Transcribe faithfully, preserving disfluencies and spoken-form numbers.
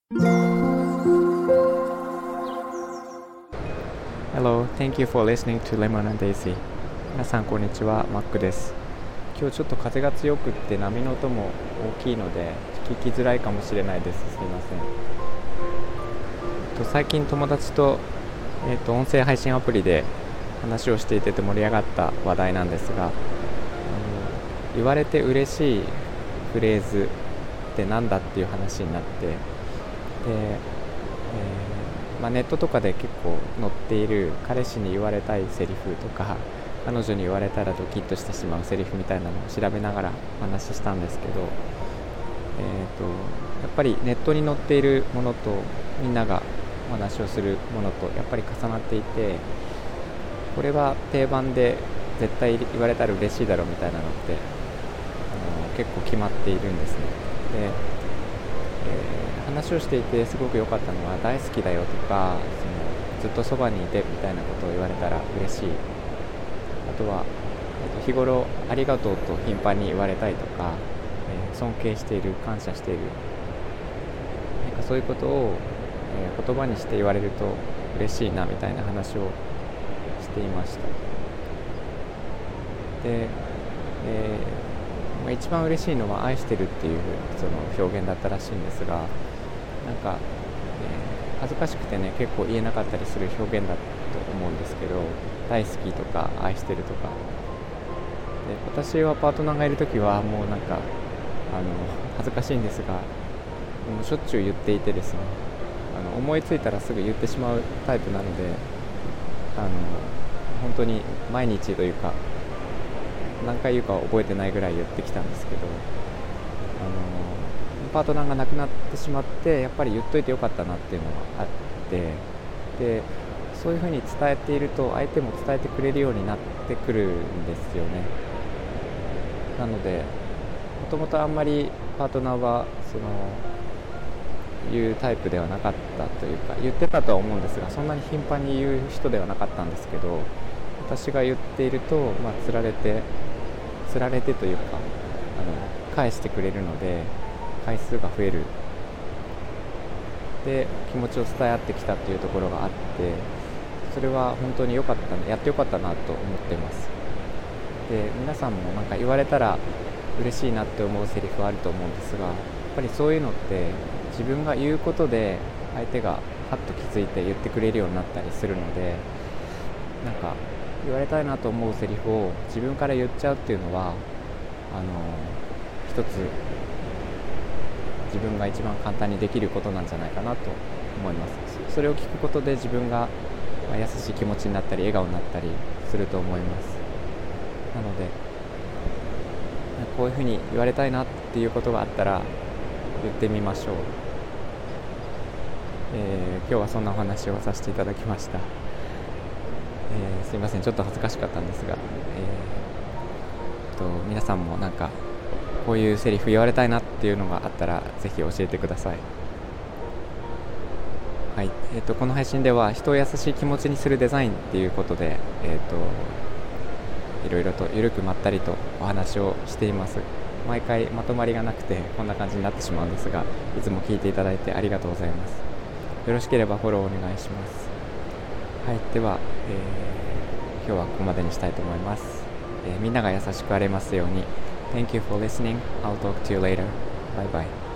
Hello, thank you for listening to Lemon and Daisy. 皆さんこんにちは、マックです。今日ちょっと風が強くって波の音も大きいので聞きづらいかもしれないです。すみません。と最近友達と、えー、と音声配信アプリで話をしていてて盛り上がった話題なんですが、あの言われて嬉しいフレーズってなんだっていう話になって、で、えーまあ、ネットとかで結構載っている彼氏に言われたいセリフとか彼女に言われたらドキッとしてしまうセリフみたいなのを調べながらお話ししたんですけど、えー、とやっぱりネットに載っているものとみんながお話をするものとやっぱり重なっていて、これは定番で絶対言われたら嬉しいだろうみたいなのってあの結構決まっているんですね。で、えー、話をしていてすごく良かったのは大好きだよとか、そのずっとそばにいてみたいなことを言われたら嬉しい。あとは、えー、と日頃ありがとうと頻繁に言われたいとか、えー、尊敬している、感謝している、なんかそういうことを、えー、言葉にして言われると嬉しいなみたいな話をしていました。で、えーまあ、一番嬉しいのは愛してるっていうその表現だったらしいんですが、なんか、えー、恥ずかしくてね結構言えなかったりする表現だと思うんですけど、大好きとか愛してるとかで、私はパートナーがいるときはもうなんかあの恥ずかしいんですが、もうしょっちゅう言っていてですね、あの思いついたらすぐ言ってしまうタイプなので、あの本当に毎日というか何回言うかは覚えてないぐらい言ってきたんですけど、あのパートナーが亡くなってしまってやっぱり言っといてよかったなっていうのがあって、でそういうふうに伝えていると相手も伝えてくれるようになってくるんですよね。なのでもともとあんまりパートナーはその言うタイプではなかったというか、言ってたとは思うんですがそんなに頻繁に言う人ではなかったんですけど、私が言っていると、まあ、つられてつられてというかあの返してくれるので回数が増える、で気持ちを伝え合ってきたというところがあって、それは本当に良かったやって良かったなと思っています。で皆さんもなんか言われたら嬉しいなって思うセリフはあると思うんですが、やっぱりそういうのって自分が言うことで相手がハッと気づいて言ってくれるようになったりするので、なんか言われたいなと思うセリフを自分から言っちゃうっていうのはあの一つ自分が一番簡単にできることなんじゃないかなと思います。それを聞くことで自分が優しい気持ちになったり笑顔になったりすると思います。なのでこういうふうに言われたいなっていうことがあったら言ってみましょう。えー、今日はそんなお話をさせていただきました。えー、すいません、ちょっと恥ずかしかったんですが、えー、と皆さんもなんかこういうセリフ言われたいなっていうのがあったらぜひ教えてください。はい、えー、とこの配信では人を優しい気持ちにするデザインっていうことで、えー、といろいろとゆるくまったりとお話をしています。毎回まとまりがなくてこんな感じになってしまうんですが、いつも聞いていただいてありがとうございます。よろしければフォローお願いします。はい、では、えー、今日はここまでにしたいと思います。えー、みんなが優しくありますように。 Thank you for listening. I'll talk to you later. Bye bye.